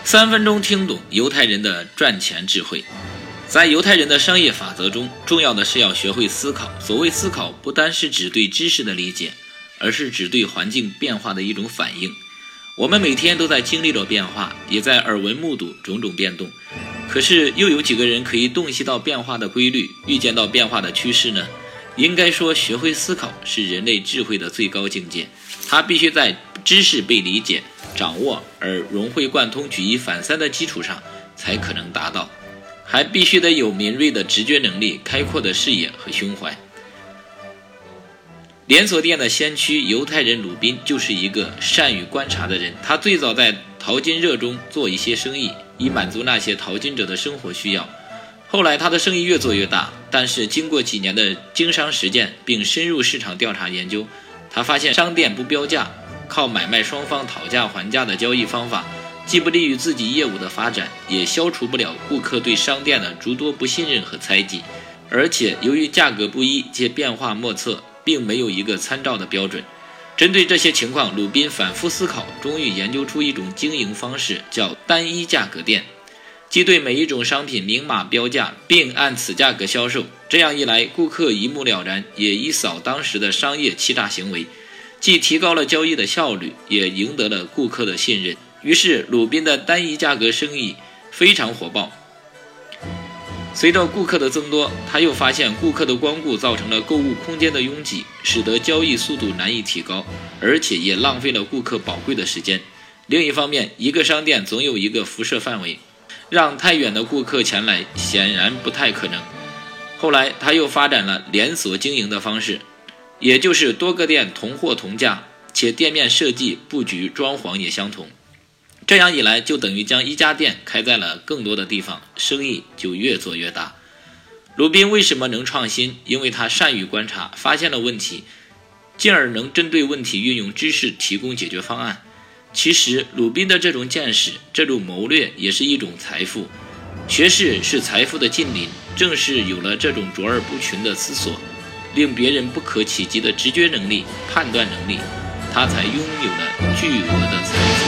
3分钟听懂犹太人的赚钱智慧。在犹太人的商业法则中，重要的是要学会思考。所谓思考，不单是指对知识的理解，而是指对环境变化的一种反应。我们每天都在经历着变化，也在耳闻目睹种种变动。可是又有几个人可以洞悉到变化的规律，预见到变化的趋势呢？应该说，学会思考是人类智慧的最高境界。它必须在知识被理解、掌握而融会贯通、举一反三的基础上才可能达到，还必须得有敏锐的直觉能力、开阔的视野和胸怀。连锁店的先驱犹太人鲁宾就是一个善于观察的人。他最早在淘金热中做一些生意，以满足那些淘金者的生活需要。后来他的生意越做越大，但是经过几年的经商实践并深入市场调查研究，他发现商店不标价，靠买卖双方讨价还价的交易方法，既不利于自己业务的发展，也消除不了顾客对商店的诸多不信任和猜忌。而且由于价格不一且变化莫测，并没有一个参照的标准。针对这些情况，鲁宾反复思考，终于研究出一种经营方式，叫单一价格店，即对每一种商品明码标价，并按此价格销售。这样一来，顾客一目了然，也一扫当时的商业欺诈行为，既提高了交易的效率，也赢得了顾客的信任。于是鲁宾的单一价格生意非常火爆。随着顾客的增多，他又发现顾客的光顾造成了购物空间的拥挤，使得交易速度难以提高，而且也浪费了顾客宝贵的时间。另一方面，一个商店总有一个辐射范围，让太远的顾客前来显然不太可能。后来他又发展了连锁经营的方式，也就是多个店同货同价，且店面设计、布局、装潢也相同。这样一来，就等于将一家店开在了更多的地方，生意就越做越大。鲁宾为什么能创新？因为他善于观察，发现了问题，进而能针对问题运用知识提供解决方案。其实鲁宾的这种见识、这种谋略也是一种财富。学识是财富的近邻，正是有了这种卓而不群的思索，令别人不可企及的直觉能力、判断能力，他才拥有了巨额的财富。